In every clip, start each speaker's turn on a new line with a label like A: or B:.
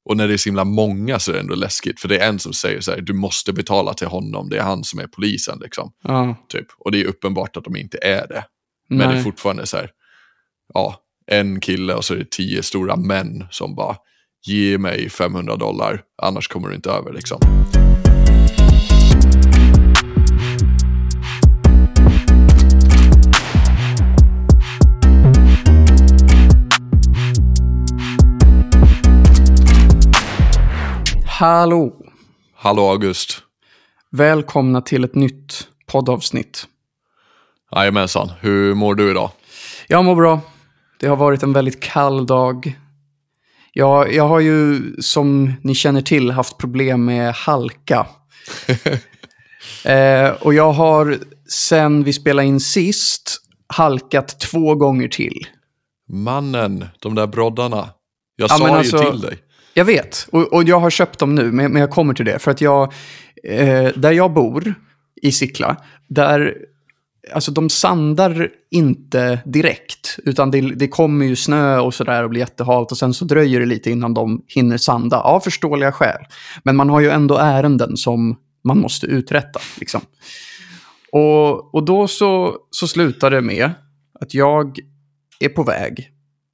A: Och när det är så himla många så är det ändå läskigt. För det är en som säger så här, du måste betala till honom. Det är han som är polisen liksom. Typ. Och det är uppenbart att de inte är det. Men det är fortfarande så här, ja, en kille och så är det 10 stora män som bara, ge mig $500, annars kommer du inte över liksom.
B: Hallå
A: August.
B: Välkomna till ett nytt poddavsnitt.
A: Jajamensan, hur mår du idag?
B: Jag mår bra. Det har varit en väldigt kall dag. Jag har ju, som ni känner till, haft problem med halka. Och jag har, sen vi spelade in sist, halkat 2 gånger till.
A: Mannen, de där broddarna. Jag sa ju till dig.
B: Jag vet, och jag har köpt dem nu, men jag kommer till det. För att där jag bor i Sickla, där, alltså de sandar inte direkt. Utan det kommer ju snö och sådär och blir jättehalt. Och sen så dröjer det lite innan de hinner sanda, av förståeliga skäl. Men man har ju ändå ärenden som man måste uträtta, liksom. Och då så slutar det med att jag är på väg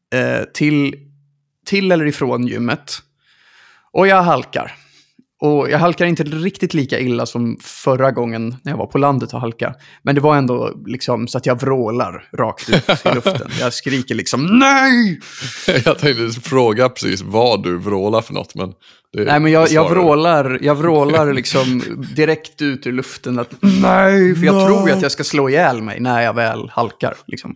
B: till eller ifrån gymmet. Och jag halkar. Och jag halkar inte riktigt lika illa som förra gången när jag var på landet och halka. Men det var ändå liksom så att jag vrålar rakt ut i luften. Jag skriker liksom, nej!
A: Jag tänkte fråga precis vad du vrålar för något. Men
B: nej, men jag vrålar liksom direkt ut ur luften att nej! För jag tror ju att jag ska slå ihjäl mig när jag väl halkar. Liksom.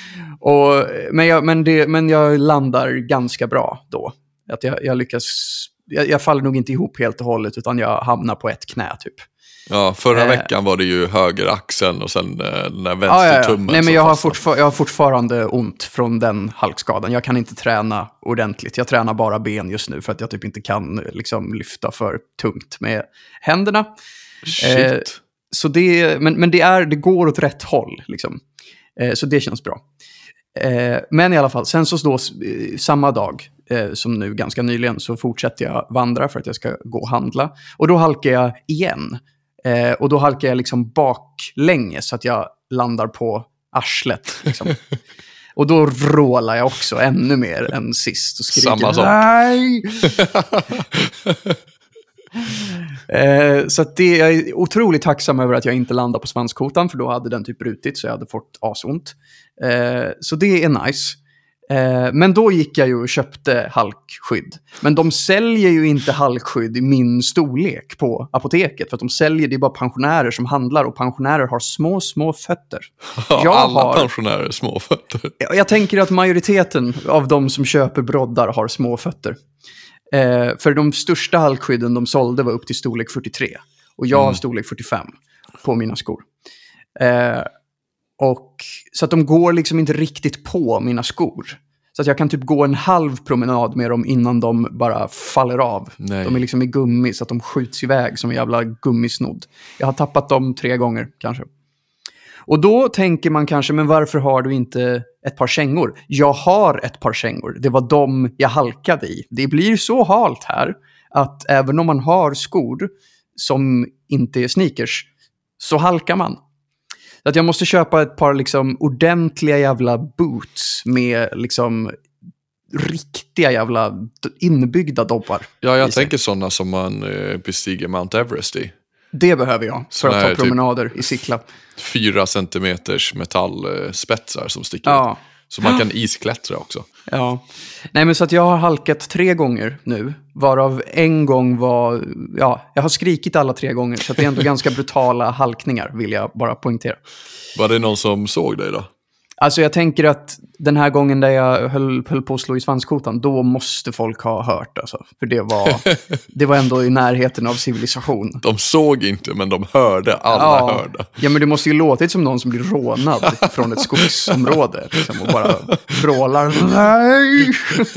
B: Men jag landar ganska bra då. Att jag lyckas... Jag faller nog inte ihop helt och hållet, utan jag hamnar på ett knä typ.
A: Ja, förra veckan var det ju höger axeln och sen den där vänstertummen.
B: Nej, men jag har fortfarande ont från den halkskadan. Jag kan inte träna ordentligt. Jag tränar bara ben just nu för att jag typ inte kan liksom lyfta för tungt med händerna.
A: Shit.
B: Så det går åt rätt håll liksom. Så det känns bra. Men i alla fall, sen så då samma dag som nu ganska nyligen så fortsätter jag vandra för att jag ska gå och handla. Och då halkar jag igen. Och då halkar jag liksom baklänges så att jag landar på arslet. Liksom. Och då vrålar jag också ännu mer än sist och skriker
A: samma sak.
B: Nej! Så att jag är otroligt tacksam över att jag inte landar på svanskotan, för då hade den typ brutit så jag hade fått asont. Så det är nice. Men då gick jag ju och köpte halkskydd. Men de säljer ju inte halkskydd i min storlek på apoteket. För att det är bara pensionärer som handlar. Och pensionärer har små fötter.
A: Alla pensionärer har små fötter.
B: Jag tänker att majoriteten av de som köper broddar har små fötter. För de största halkskydden de sålde var upp till storlek 43. Och jag har storlek 45 på mina skor. Och så att de går liksom inte riktigt på mina skor. Så att jag kan typ gå en halv promenad med dem innan de bara faller av. Nej. De är liksom i gummi så att de skjuts iväg som en jävla gummisnodd. Jag har tappat dem 3 gånger kanske. Och då tänker man kanske, men varför har du inte ett par kängor? Jag har ett par kängor. Det var de jag halkade i. Det blir så halt här att även om man har skor som inte är sneakers så halkar man. Så att jag måste köpa ett par liksom ordentliga jävla boots med liksom riktiga jävla inbyggda dobbar.
A: Ja, jag tänker sådana som man bestiger Mount Everest i.
B: Det behöver jag för att ta promenader typ i Sickla.
A: 4 centimeters metallspetsar som sticker ut. Så man kan isklättra också.
B: Ja. Nej, men så att jag har halkat 3 gånger nu. Varav en gång var... Ja, jag har skrikit alla 3 gånger. Så att det är ändå ganska brutala halkningar, vill jag bara poängtera.
A: Var det någon som såg dig då?
B: Alltså jag tänker att den här gången där jag höll på att slå i svanskotan, då måste folk ha hört. Alltså. För det var ändå i närheten av civilisation.
A: De såg inte, men de hörde. Alla hörde.
B: Ja, men det måste ju låtit som någon som blir rånad från ett skogsområde. Liksom, och bara vrålar. Nej!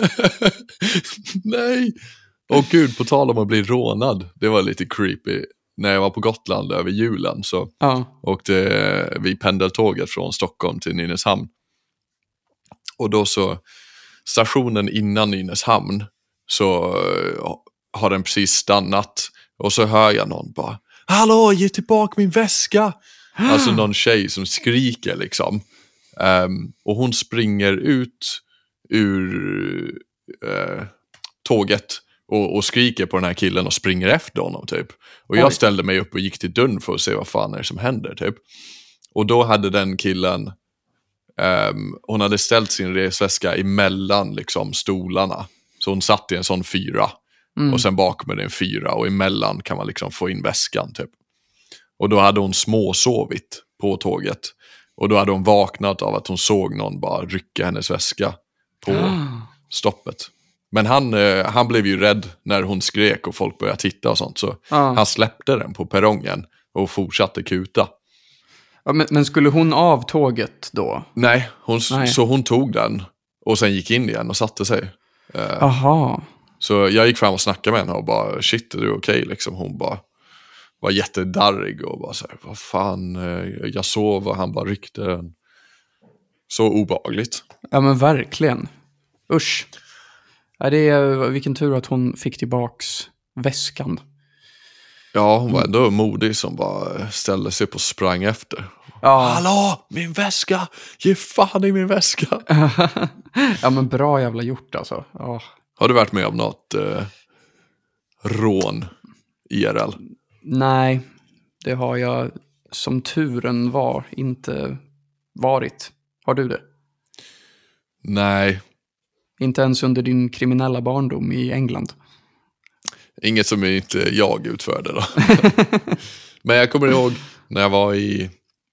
A: Nej! Åh gud, på tal om att bli rånad. Det var lite creepy. När jag var på Gotland över julen så åkte vi pendeltåget från Stockholm till Nynäshamn. Och då så, stationen innan Nynäshamn så har den precis stannat. Och så hör jag någon bara, hallå, ge tillbaka min väska. Alltså någon tjej som skriker liksom. Och hon springer ut ur tåget och skriker på den här killen och springer efter honom typ. Och jag ställde mig upp och gick till dörren för att se vad fan är det som händer typ. Och då hade den killen, hon hade ställt sin resväska emellan liksom stolarna. Så hon satt i en sån 4. Och sen bakom är det en 4 och emellan kan man liksom få in väskan typ. Och då hade hon småsovit på tåget. Och då hade hon vaknat av att hon såg någon bara rycka hennes väska på stoppet. Men han blev ju rädd när hon skrek och folk började titta och sånt. Så han släppte den på perrongen och fortsatte kuta.
B: Ja, men skulle hon av tåget då?
A: Nej, så hon tog den och sen gick in igen och satte sig.
B: Aha.
A: Så jag gick fram och snackade med henne och bara, shit, är du okej? Liksom, hon bara var jättedarrig och bara så här, vad fan, jag sov och han bara ryckte den. Så obehagligt.
B: Ja men verkligen. Usch. Ja, vilken tur att hon fick tillbaks väskan.
A: Ja, hon var ändå modig som bara ställde sig upp och sprang efter. Ja. Hallå, min väska! Ge fan i min väska!
B: Ja men bra jävla gjort alltså. Ja.
A: Har du varit med om något rån IRL?
B: Nej, det har jag som turen var inte varit. Har du det?
A: Nej.
B: Inte ens under din kriminella barndom i England?
A: Inget som inte jag utförde då. Men jag kommer ihåg när jag var i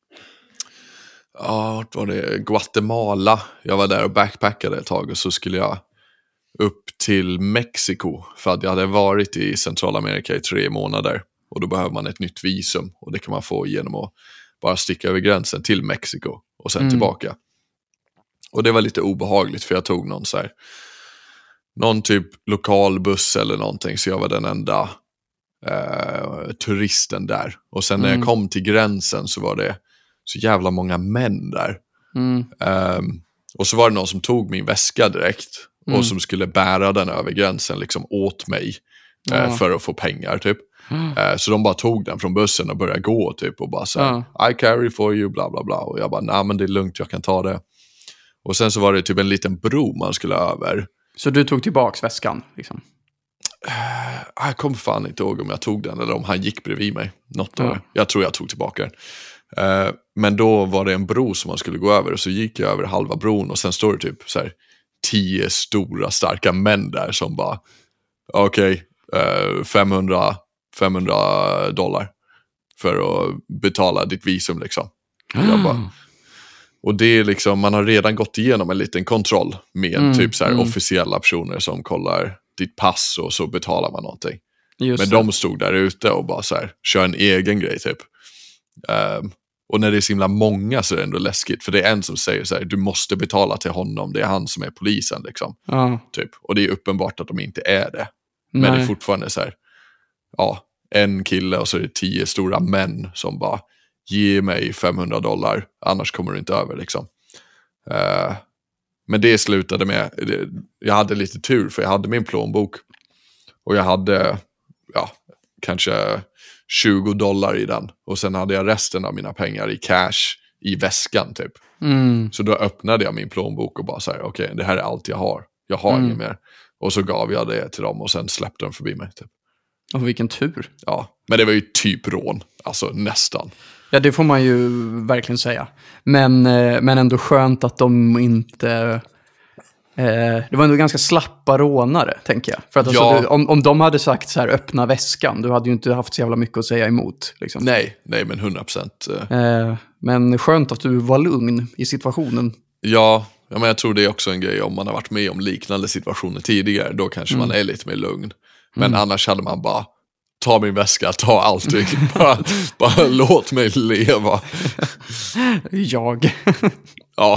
A: Guatemala. Jag var där och backpackade ett tag och så skulle jag upp till Mexiko. För att jag hade varit i Centralamerika i 3 månader. Och då behöver man ett nytt visum. Och det kan man få genom att bara sticka över gränsen till Mexiko och sen tillbaka. Och det var lite obehagligt för jag tog någon typ lokalbuss eller någonting. Så jag var den enda turisten där. Och sen när jag kom till gränsen så var det så jävla många män där. Och så var det någon som tog min väska direkt. Och som skulle bära den över gränsen liksom åt mig. För att få pengar typ. Så de bara tog den från bussen och började gå typ. Och bara så I carry for you bla bla bla. Och jag bara, nej men det är lugnt, jag kan ta det. Och sen så var det typ en liten bro man skulle över.
B: Så du tog tillbaks väskan liksom?
A: Jag kommer fan inte ihåg om jag tog den eller om han gick bredvid mig. Jag tror jag tog tillbaka den. Men då var det en bro som man skulle gå över. Och så gick jag över halva bron och sen står det typ så här 10 stora starka män där som bara okej, $500 för att betala ditt visum liksom. Och det är liksom, man har redan gått igenom en liten kontroll med typ så här officiella personer som kollar ditt pass och så betalar man någonting. Men de stod där ute och bara så här, kör en egen grej typ. Och när det är så himla många så är det ändå läskigt. För det är en som säger så här, du måste betala till honom, det är han som är polisen liksom. Typ. Och det är uppenbart att de inte är det. Men det är fortfarande så här, en kille och så är det 10 stora män som bara, ge mig $500, annars kommer du inte över liksom. Men det slutade med, jag hade lite tur för jag hade min plånbok. Och jag hade, kanske $20 i den. Och sen hade jag resten av mina pengar i cash i väskan typ. Så då öppnade jag min plånbok och bara så här, okej, det här är allt jag har. Jag har inget mer. Och så gav jag det till dem och sen släppte de förbi mig typ.
B: Och vilken tur.
A: Ja, men det var ju typ rån. Alltså nästan.
B: Ja, det får man ju verkligen säga. Men ändå skönt att de inte... det var ändå ganska slappa rånare, tänker jag. För att alltså, om de hade sagt så här, öppna väskan, du hade ju inte haft så jävla mycket att säga emot. Liksom.
A: Nej, men 100%.
B: Men skönt att du var lugn i situationen.
A: Ja, men jag tror det är också en grej om man har varit med om liknande situationer tidigare. Då kanske man är lite mer lugn. Men annars hade man bara, ta min väska, ta allting. bara låt mig leva.
B: Jag.
A: Ja.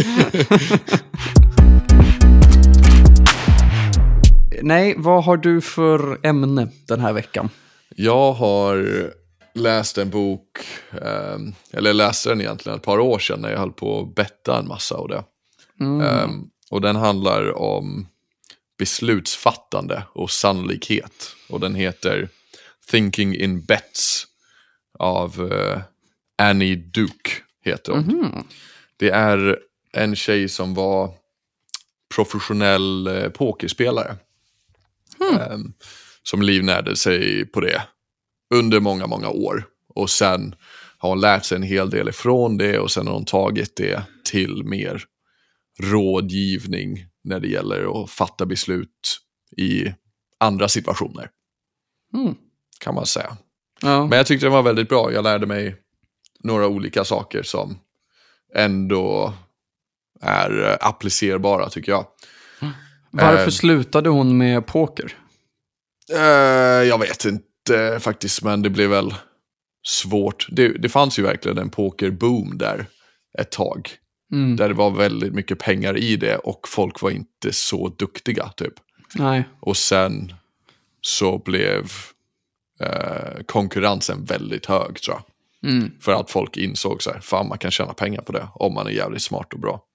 B: Nej, vad har du för ämne den här veckan?
A: Jag har läst en bok, eller läste den egentligen ett par år sedan när jag höll på att betta en massa av det. Och den handlar om beslutsfattande och sannolikhet. Och den heter Thinking in Bets av Annie Duke heter hon. Mm-hmm. Det är en tjej som var professionell pokerspelare. Som livnärde sig på det under många, många år. Och sen har hon lärt sig en hel del ifrån det och sen har hon tagit det till mer rådgivning när det gäller att fatta beslut i andra situationer. Kan man säga. Ja. Men jag tyckte det var väldigt bra. Jag lärde mig några olika saker som ändå är applicerbara tycker jag.
B: Varför slutade hon med poker?
A: Jag vet inte faktiskt, men det blev väl svårt. Det fanns ju verkligen en pokerboom där ett tag. Där det var väldigt mycket pengar i det och folk var inte så duktiga typ.
B: Nej.
A: Och sen så blev konkurrensen väldigt hög tror jag. För att folk insåg så här, fan man kan tjäna pengar på det om man är jävligt smart och bra.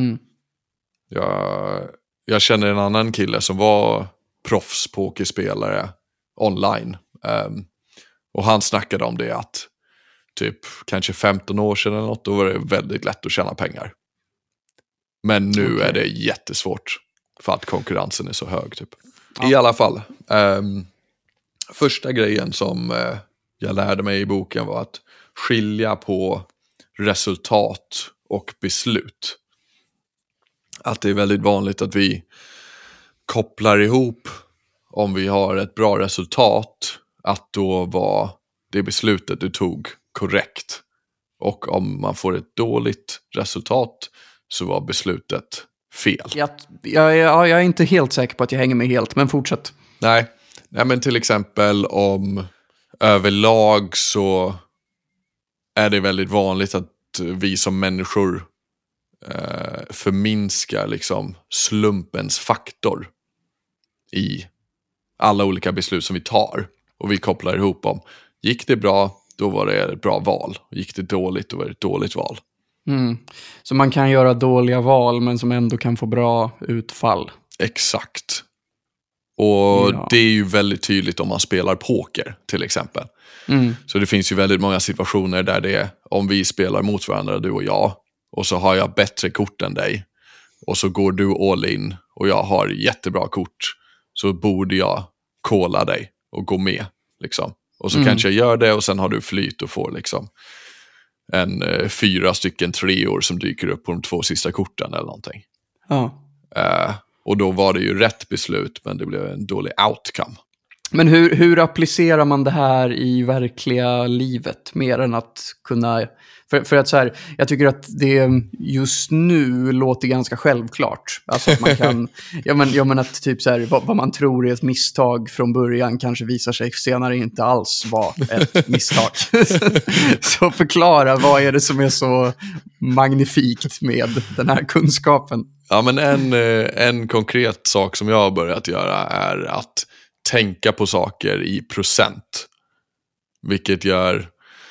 A: Jag känner en annan kille som var proffspokerspelare online. Och han snackade om det att typ kanske 15 år sedan eller något, då var det väldigt lätt att tjäna pengar. Men nu är det jättesvårt för att konkurrensen är så hög typ. Ja. I alla fall. Första grejen som jag lärde mig i boken var att skilja på resultat och beslut. Att det är väldigt vanligt att vi kopplar ihop om vi har ett bra resultat att då var det beslutet du tog korrekt. Och om man får ett dåligt resultat så var beslutet fel.
B: Jag är inte helt säker på att jag hänger med helt, men fortsätt.
A: Nej, men till exempel om överlag så är det väldigt vanligt att vi som människor förminskar liksom slumpens faktor i alla olika beslut som vi tar. Och vi kopplar ihop dem. Gick det bra, då var det ett bra val. Gick det dåligt, då var det ett dåligt val.
B: Så man kan göra dåliga val men som ändå kan få bra utfall.
A: Exakt. Och det är ju väldigt tydligt om man spelar poker till exempel. Så det finns ju väldigt många situationer där det är om vi spelar mot varandra, du och jag. Och så har jag bättre kort än dig. Och så går du all in och jag har jättebra kort. Så borde jag kolla dig och gå med. Liksom. Och så kanske jag gör det och sen har du flyt och får liksom 4 treor som dyker upp på de 2 sista korten eller någonting.
B: Ja.
A: Och då var det ju rätt beslut men det blev en dålig outcome.
B: Men hur applicerar man det här i verkliga livet mer än att kunna... För att så här, jag tycker att det just nu låter ganska självklart. Alltså att man kan... jag men att typ så här, vad man tror är ett misstag från början kanske visar sig senare inte alls vara ett misstag. Så förklara, vad är det som är så magnifikt med den här kunskapen?
A: Ja, men en konkret sak som jag har börjat göra är att tänka på saker i procent. Vilket gör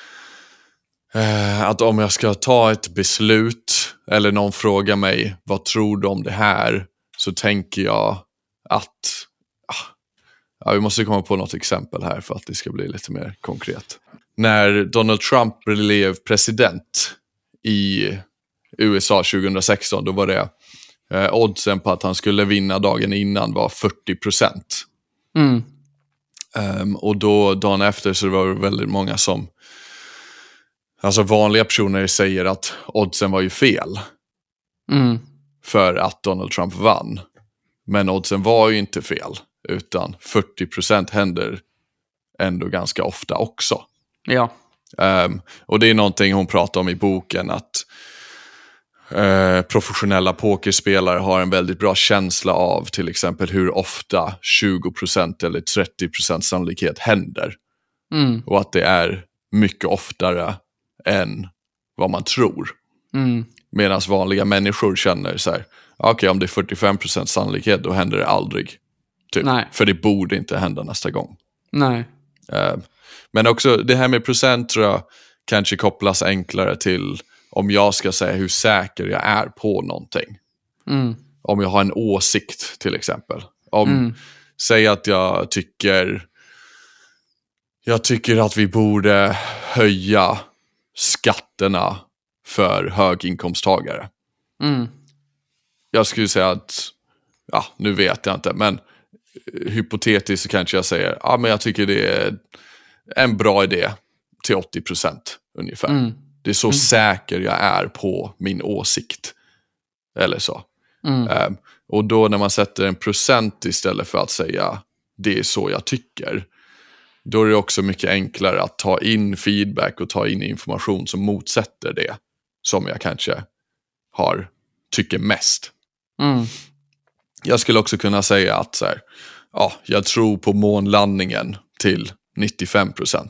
A: att om jag ska ta ett beslut eller någon frågar mig vad tror du om det här, så tänker jag att vi måste komma på något exempel här för att det ska bli lite mer konkret. När Donald Trump blev president i USA 2016, då var det oddsen på att han skulle vinna dagen innan var 40%. Och då dagen efter så var det väldigt många som, alltså vanliga personer, säger att oddsen var ju fel för att Donald Trump vann. Men oddsen var ju inte fel, utan 40% händer ändå ganska ofta också.
B: Ja.
A: Och det är någonting hon pratar om i boken, att professionella pokerspelare har en väldigt bra känsla av till exempel hur ofta 20% eller 30% sannolikhet händer. Och att det är mycket oftare än vad man tror. Medan vanliga människor känner så här, okej, om det är 45% sannolikhet då händer det aldrig. Typ. För det borde inte hända nästa gång.
B: Nej.
A: Men också det här med procent tror jag kanske kopplas enklare till om jag ska säga hur säker jag är på någonting. Om jag har en åsikt till exempel. Säg att jag tycker att vi borde höja skatterna för höginkomsttagare. Jag skulle säga att, nu vet jag inte, men hypotetiskt så kanske jag säger, men jag tycker det är en bra idé till 80% ungefär. Det är så säker jag är på min åsikt. Eller så. Och då när man sätter en procent istället för att säga det är så jag tycker, då är det också mycket enklare att ta in feedback och ta in information som motsätter det som jag kanske tycker mest. Jag skulle också kunna säga att jag tror på månlandningen till 95%.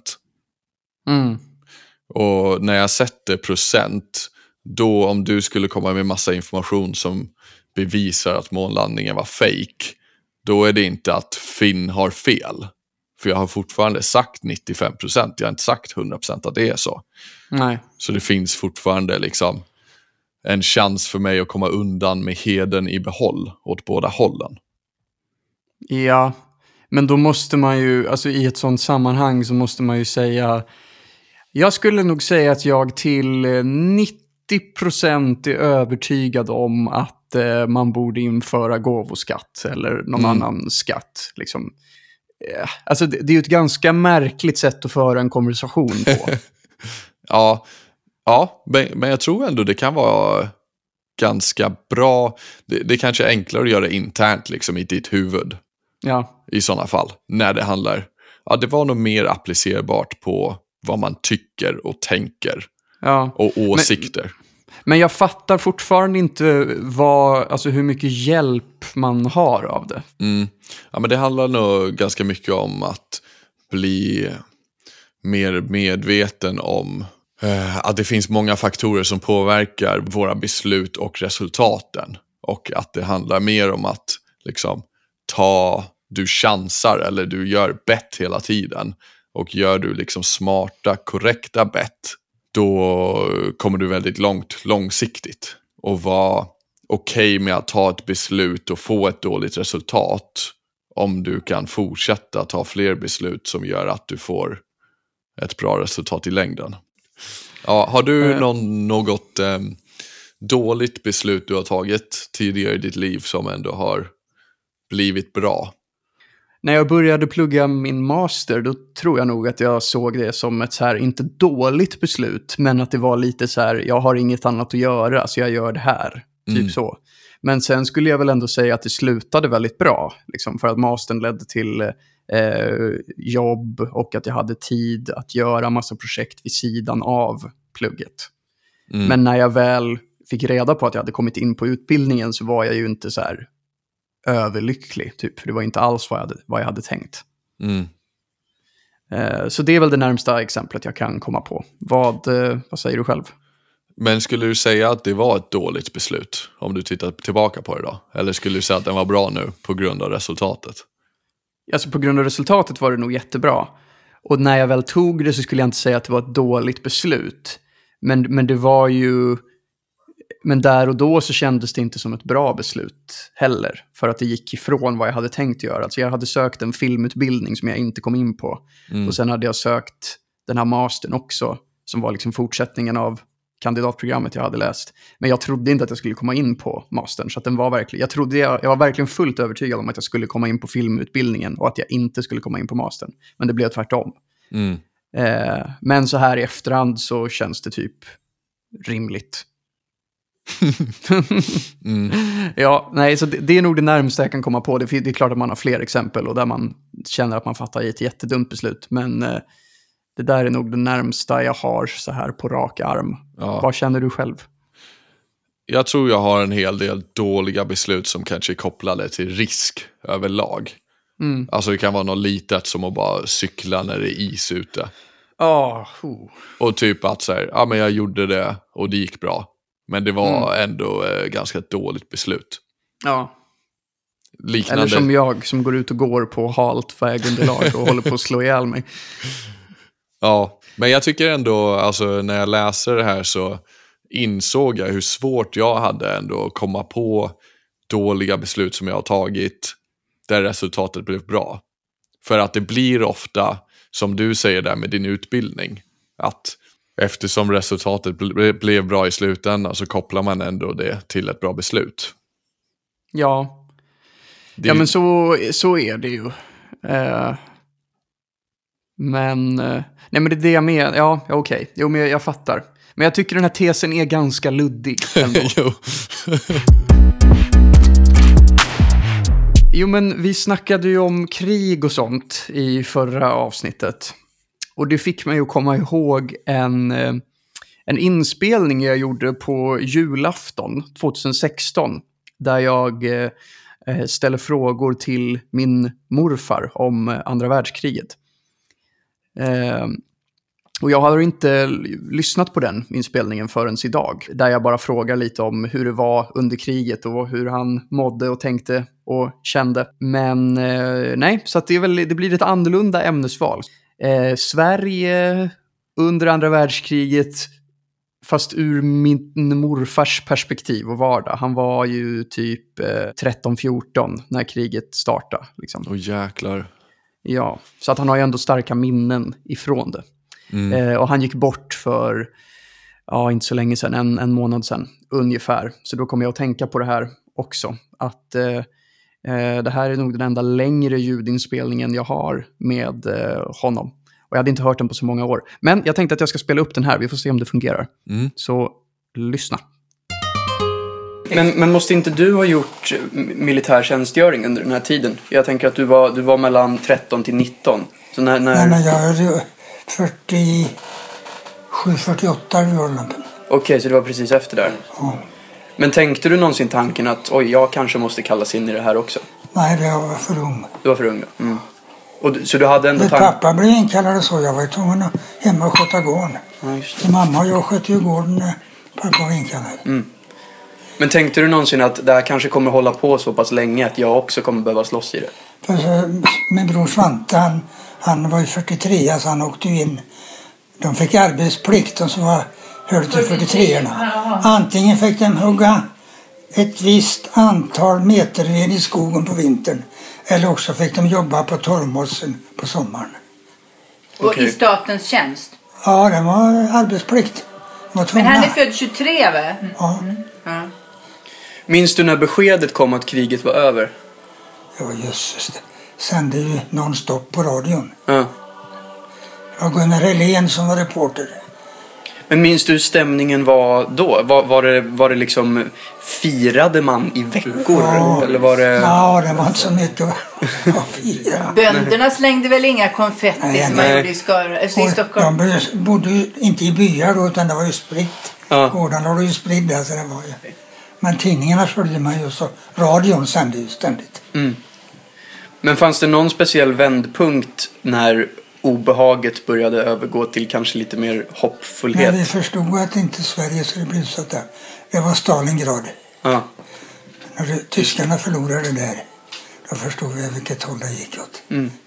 A: Och när jag sätter procent, då om du skulle komma med massa information som bevisar att månlandningen var fake, då är det inte att Finn har fel. För jag har fortfarande sagt 95%, jag har inte sagt 100% att det är så.
B: Nej.
A: Så det finns fortfarande liksom en chans för mig att komma undan med heden i behåll åt båda hållen.
B: Ja, men då måste man ju, alltså i ett sånt sammanhang så måste man ju säga, jag skulle nog säga att jag till 90% är övertygad om att man borde införa gåvoskatt eller någon annan skatt. Liksom. Alltså det är ju ett ganska märkligt sätt att föra en konversation på.
A: Ja, men jag tror ändå det kan vara ganska bra. Det kanske är enklare att göra internt liksom i ditt huvud.
B: Ja.
A: I sådana fall. När det handlar, det var nog mer applicerbart på vad man tycker och tänker.
B: Ja.
A: Och åsikter.
B: Men jag fattar fortfarande inte hur mycket hjälp man har av det.
A: Ja, men det handlar nog ganska mycket om att bli mer medveten om att det finns många faktorer som påverkar våra beslut och resultaten. Och att det handlar mer om att liksom du chansar eller du gör bett hela tiden. Och gör du liksom smarta, korrekta bett, då kommer du väldigt långsiktigt. Och vara okej med att ta ett beslut och få ett dåligt resultat. Om du kan fortsätta ta fler beslut som gör att du får ett bra resultat i längden. Ja, har du något dåligt beslut du har tagit tidigare i ditt liv som ändå har blivit bra?
B: När jag började plugga min master, då tror jag nog att jag såg det som ett så här, inte dåligt beslut, men att det var lite så här, jag har inget annat att göra så jag gör det här. Typ så. Men sen skulle jag väl ändå säga att det slutade väldigt bra. Liksom, för att mastern ledde till jobb och att jag hade tid att göra massa projekt vid sidan av plugget. Men när jag väl fick reda på att jag hade kommit in på utbildningen så var jag ju inte så här överlycklig. Typ, för det var inte alls vad jag hade tänkt. Så det är väl det närmsta exemplet jag kan komma på. Vad säger du själv?
A: Men skulle du säga att det var ett dåligt beslut om du tittar tillbaka på det då? Eller skulle du säga att den var bra nu på grund av resultatet?
B: Alltså på grund av resultatet var det nog jättebra. Och när jag väl tog det så skulle jag inte säga att det var ett dåligt beslut. Men det var ju... Men där och då så kändes det inte som ett bra beslut heller. För att det gick ifrån vad jag hade tänkt göra. Alltså jag hade sökt en filmutbildning som jag inte kom in på. Och sen hade jag sökt den här mastern också. Som var liksom fortsättningen av kandidatprogrammet jag hade läst. Men jag trodde inte att jag skulle komma in på mastern. Så att den var verkligen, jag var verkligen fullt övertygad om att jag skulle komma in på filmutbildningen. Och att jag inte skulle komma in på mastern. Men det blev tvärtom. Men så här i efterhand så känns det typ rimligt. Ja, nej, så det är nog det närmaste jag kan komma på. Det är klart att man har fler exempel och där man känner att man fattar i ett jättedumt beslut. Men det där är nog det närmsta jag har så här på rak arm. Ja. Vad känner du själv?
A: Jag tror jag har en hel del dåliga beslut som kanske är kopplade till risk överlag. Alltså det kan vara något litet som att bara cykla när det är is ute. Och typ att så här, men jag gjorde det och det gick bra. Men det var ändå ganska ett dåligt beslut.
B: Ja.
A: Liknande...
B: Eller som jag som går ut och går på halt vägunderlag och håller på att slå ihjäl mig.
A: Ja, men jag tycker ändå, alltså när jag läser det här så insåg jag hur svårt jag hade ändå att komma på dåliga beslut som jag har tagit där resultatet blev bra. För att det blir ofta, som du säger där med din utbildning, att eftersom resultatet blev bra i slutändan så kopplar man ändå det till ett bra beslut.
B: Ja. Ja, men så är det ju. Men det är det jag menar. Ja, okej. Jo, men jag fattar. Men jag tycker den här tesen är ganska luddig ändå. Jo, men vi snackade ju om krig och sånt i förra avsnittet. Och det fick mig att komma ihåg en inspelning jag gjorde på julafton 2016. Där jag ställer frågor till min morfar om andra världskriget. Och jag har inte lyssnat på den inspelningen förrän idag. Där jag bara frågar lite om hur det var under kriget och hur han mådde och tänkte och kände. Men nej, så att det blir ett annorlunda ämnesval. Sverige under andra världskriget, fast ur min morfars perspektiv och vardag. Han var ju typ 13-14 när kriget startade. Liksom.
A: Åh jäklar.
B: Ja, så att han har ju ändå starka minnen ifrån det. Och han gick bort för, inte så länge sedan, en månad sedan ungefär. Så då kom jag att tänka på det här också. Att det här är nog den enda längre ljudinspelningen jag har med honom. Och jag hade inte hört den på så många år. Men jag tänkte att jag ska spela upp den här. Vi får se om det fungerar. Så lyssna. Men måste inte du ha gjort militärtjänstgöring under den här tiden? Jag tänker att du var mellan 13 till 19. Så när...
C: Nej, men jag är 47-48 i åldern.
B: Okej, så det var precis efter där.
C: Ja.
B: Men tänkte du någonsin tanken att jag kanske måste kallas in i det här också?
C: Nej, jag var för ung.
B: Du var för ung, ja. Och så du hade ändå
C: pappa blev inkallad och så. Jag var tvungen att hemma och sköta gården.
B: Ja, just det.
C: Så mamma och jag skötte ju gården när pappa var inkallad.
B: Men tänkte du någonsin att det här kanske kommer hålla på så pass länge att jag också kommer behöva slåss i det?
C: För min bror Svante, han var ju 43, så han åkte ju in. De fick arbetsplikt och så hörde till 43-orna. Antingen fick de hugga ett visst antal meter ved i skogen på vintern. Eller också fick de jobba på torvmossen på sommaren.
D: Och i statens tjänst?
C: Ja, det var arbetsplikt.
D: Men han är född 23, va?
C: Ja.
D: Ja.
B: Minns du när beskedet kom att kriget var över?
C: Ja, jösses. Det sände ju non-stop på radion.
B: Ja.
C: Det var Gunnar Helén som var reporter.
B: Men minns du hur stämningen var då? Var det liksom, firade man i veckor?
C: Ja,
B: eller var det...
C: Ja, det var inte så mycket att fira.
D: Bönderna slängde väl inga konfetti som man gjorde i Stockholm?
C: De bodde ju inte i byar då, utan det var ju spritt.
B: Ja.
C: Gårdarna var ju spridda, så det var ju... Men tidningarna följde man ju, så radion sände ju ständigt.
B: Men fanns det någon speciell vändpunkt när obehaget började övergå till kanske lite mer hoppfullhet?
C: När vi förstod att inte Sverige skulle bli utsatta. Det var Stalingrad.
B: Ja.
C: När tyskarna förlorade där, då förstod vi vilket håll det gick åt.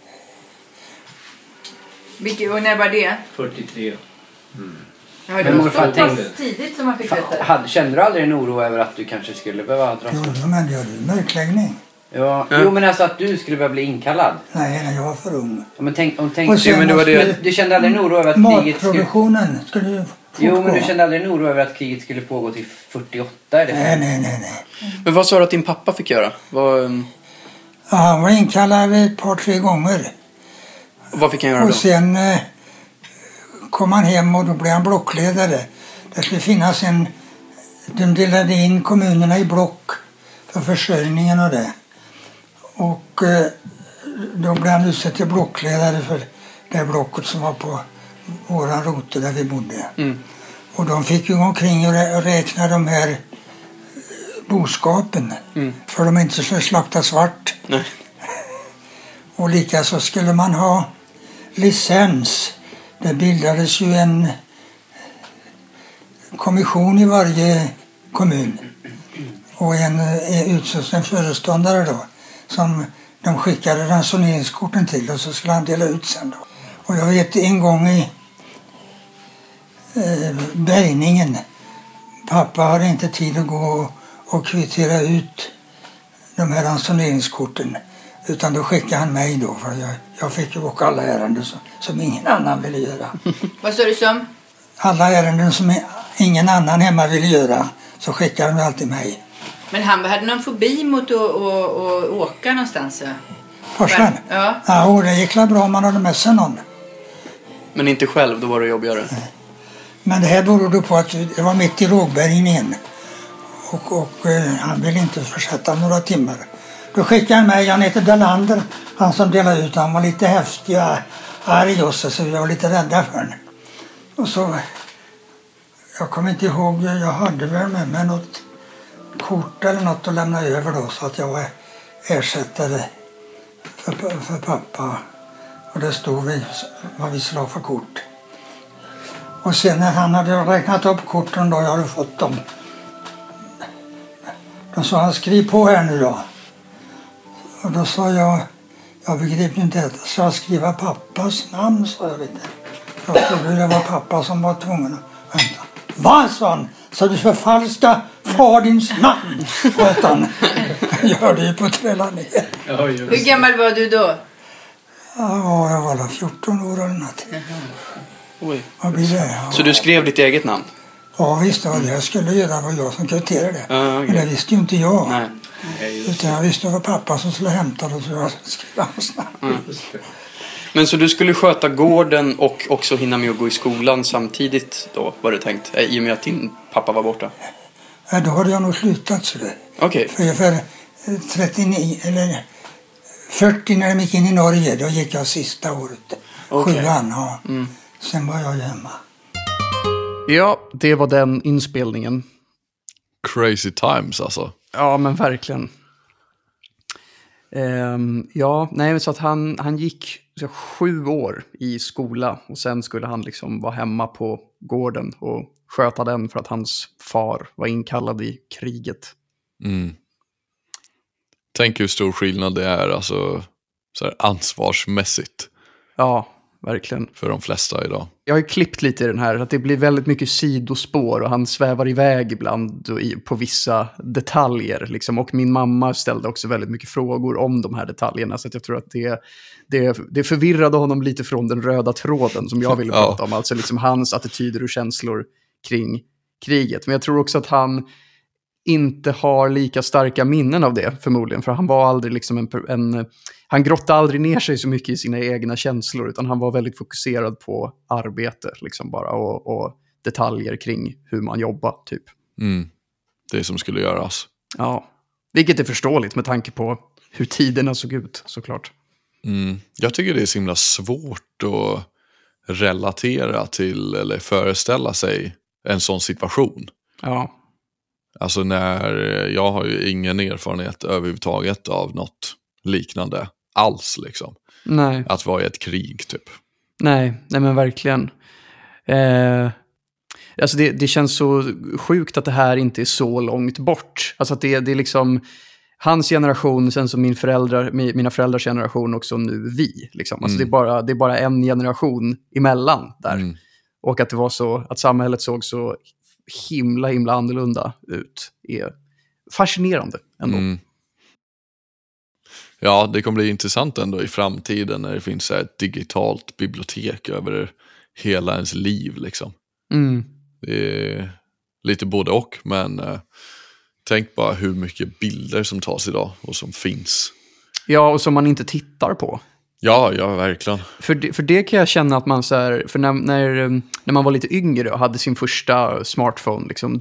D: Och när var det?
E: 43.
D: Ja, det var så pass tidigt som man fick veta.
E: Kände du aldrig en oro över att du kanske skulle behöva dras?
C: Jo, men jag hade ju mörkläggning.
E: Ja. Jo, men alltså att du skulle behöva bli inkallad.
C: Nej, jag var för ung.
E: Ja, men tänk
C: Och sen
E: men du kände aldrig en oro över att kriget skulle...
C: Matproduktionen skulle ju fortgå.
E: Jo, men du kände aldrig en oro över att kriget skulle pågå till 48? Är det?
C: Nej.
B: Men vad sa du att din pappa fick göra?
C: Ja, han var inkallad ett par, 3 gånger.
B: Vad fick han göra då?
C: Och sen kom han hem och då blev han blockledare. Det skulle finnas de delade in kommunerna i block för försörjningen och det. Och då blev han utsett till blockledare för det blocket som var på våran rote där vi bodde. Och de fick ju gå omkring och räkna de här boskapen. För de inte skulle slakta svart.
B: Nej.
C: Och likaså skulle man ha licens. Det bildades ju en kommission i varje kommun. Och utsågs en föreståndare då. Som de skickade ransoneringskorten till och så skulle han dela ut sen då. Och jag vet en gång i bärgningen. Pappa hade inte tid att gå och kvittera ut de här ransoneringskorten. Utan då skickade han mig då, för jag fick ju åka alla ärenden som ingen annan ville göra.
D: Vad sa du som?
C: Alla ärenden som ingen annan hemma ville göra, så skickade de alltid mig.
D: Men han hade någon fobi mot att åka någonstans?
C: Farsan? Ja, det gick bra om man hade med sig någon.
B: Men inte själv, då var det jobbigare.
C: Men det här berodde på att det var mitt i rågbärgningen. Och han ville inte försätta några timmar. Då skickade han mig, han heter Dalander, han som delade ut. Han var lite häftig och arg också, så jag var lite rädda för honom. Och så, jag kommer inte ihåg, jag hade väl med mig något kort eller något att lämna över då, så att jag var ersättare för pappa. Och det stod vad vi skulle ha för kort. Och sen när han hade räknat upp korten då jag hade fått dem, då sa han, skriv på här nu då. Och då sa jag begriper inte det. Så jag skriva pappas namn, sa jag lite. För jag trodde det var pappa som var tvungen att vänta. Vad, sa han? Så du förfalska fadins namn? Utan gör det ju på trälla ner.
D: Hur gammal var du då?
C: Ja, jag var 14 år eller något.
B: Oj.
C: Vad blir det? Ja.
B: Så du skrev ditt eget namn?
C: Ja, visst, det var det jag skulle göra, var jag som kvitterade det.
B: Okay.
C: Men det visste ju inte jag.
B: Nej.
C: Utan jag visste det var pappa som skulle hämta det, så jag skrev hans namn.
B: Men så du skulle sköta gården och också hinna med att gå i skolan samtidigt då, var det tänkt? I och med att din pappa var borta?
C: Ja, då hade jag nog slutat så det.
B: Okej.
C: För 39 eller 40 när jag gick in i Norge, då gick jag sista året.
B: Okay.
C: 7:an, ja. Sen var jag hemma.
B: Ja, det var den inspelningen.
A: Crazy times alltså.
B: Ja, men verkligen. Så att han gick 7 år i skola och sen skulle han liksom vara hemma på gården och sköta den för att hans far var inkallad i kriget.
A: Tänk hur stor skillnad det är alltså, så här ansvarsmässigt.
B: Ja, verkligen.
A: För de flesta idag.
B: Jag har ju klippt lite i den här, att det blir väldigt mycket sidospår och han svävar iväg ibland på vissa detaljer. Liksom. Och min mamma ställde också väldigt mycket frågor om de här detaljerna, så att jag tror att det förvirrade honom lite från den röda tråden som jag ville prata om. Alltså liksom hans attityder och känslor kring kriget. Men jag tror också att han inte har lika starka minnen av det förmodligen, för han var aldrig liksom han grottade aldrig ner sig så mycket i sina egna känslor, utan han var väldigt fokuserad på arbete liksom bara och detaljer kring hur man jobbar typ.
A: Det som skulle göras.
B: Ja, vilket är förståeligt med tanke på hur tiderna såg ut, såklart.
A: Jag tycker det är så himla svårt att relatera till eller föreställa sig en sån situation.
B: Ja.
A: Alltså jag har ju ingen erfarenhet överhuvudtaget av något liknande alls liksom.
B: Nej.
A: Att vara i ett krig typ.
B: Nej men verkligen. Alltså det känns så sjukt att det här inte är så långt bort. Alltså att det är liksom hans generation, sen som mina föräldrars generation och så nu vi. Liksom. Alltså det är bara en generation emellan där. Och att det var så att samhället såg så himla annorlunda ut är fascinerande ändå.
A: Ja, det kommer bli intressant ändå i framtiden när det finns ett digitalt bibliotek över hela ens liv liksom. Det är lite både och, men tänk bara hur mycket bilder som tas idag och som finns. Ja,
B: och som man inte tittar på.
A: Ja, verkligen.
B: För det kan jag känna att man så här, för när man var lite yngre och hade sin första smartphone liksom,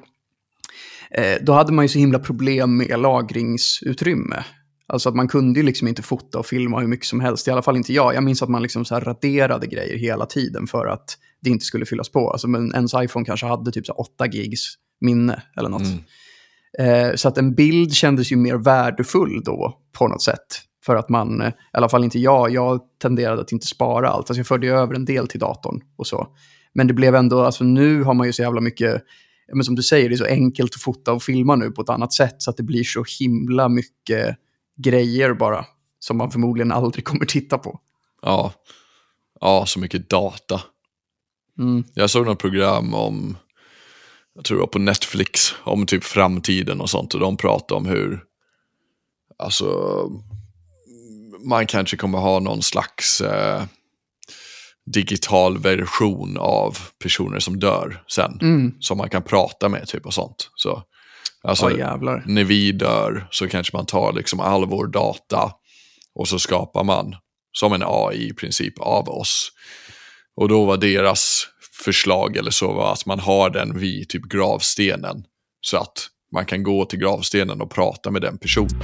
B: då hade man ju så himla problem med lagringsutrymme. Alltså att man kunde ju liksom inte fota och filma hur mycket som helst. I alla fall inte jag. Jag minns att man liksom så här raderade grejer hela tiden för att det inte skulle fyllas på. Alltså men ens iPhone kanske hade typ så 8 gigs minne eller något. Så att en bild kändes ju mer värdefull då på något sätt. För att man, i alla fall inte jag tenderade att inte spara allt. Alltså jag förde över en del till datorn och så. Men det blev ändå, alltså nu har man ju så jävla mycket, men som du säger, det är så enkelt att fota och filma nu på ett annat sätt. Så att det blir så himla mycket grejer bara som man förmodligen aldrig kommer titta på.
A: Ja, så mycket data. Jag såg något program om, jag tror det var på Netflix, om typ framtiden och sånt, och de pratade om hur alltså man kanske kommer ha någon slags digital version av personer som dör sen. Som man kan prata med typ och sånt. Så, alltså, när vi dör så kanske man tar liksom all vår data och så skapar man som en AI i princip av oss. Och då var deras förslag eller så var att man har den vid typ gravstenen. Så att man kan gå till gravstenen och prata med den personen.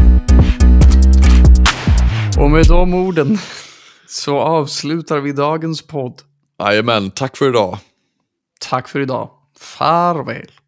B: Och med de orden så avslutar vi dagens podd.
A: Jajamän, tack för idag.
B: Tack för idag. Farväl.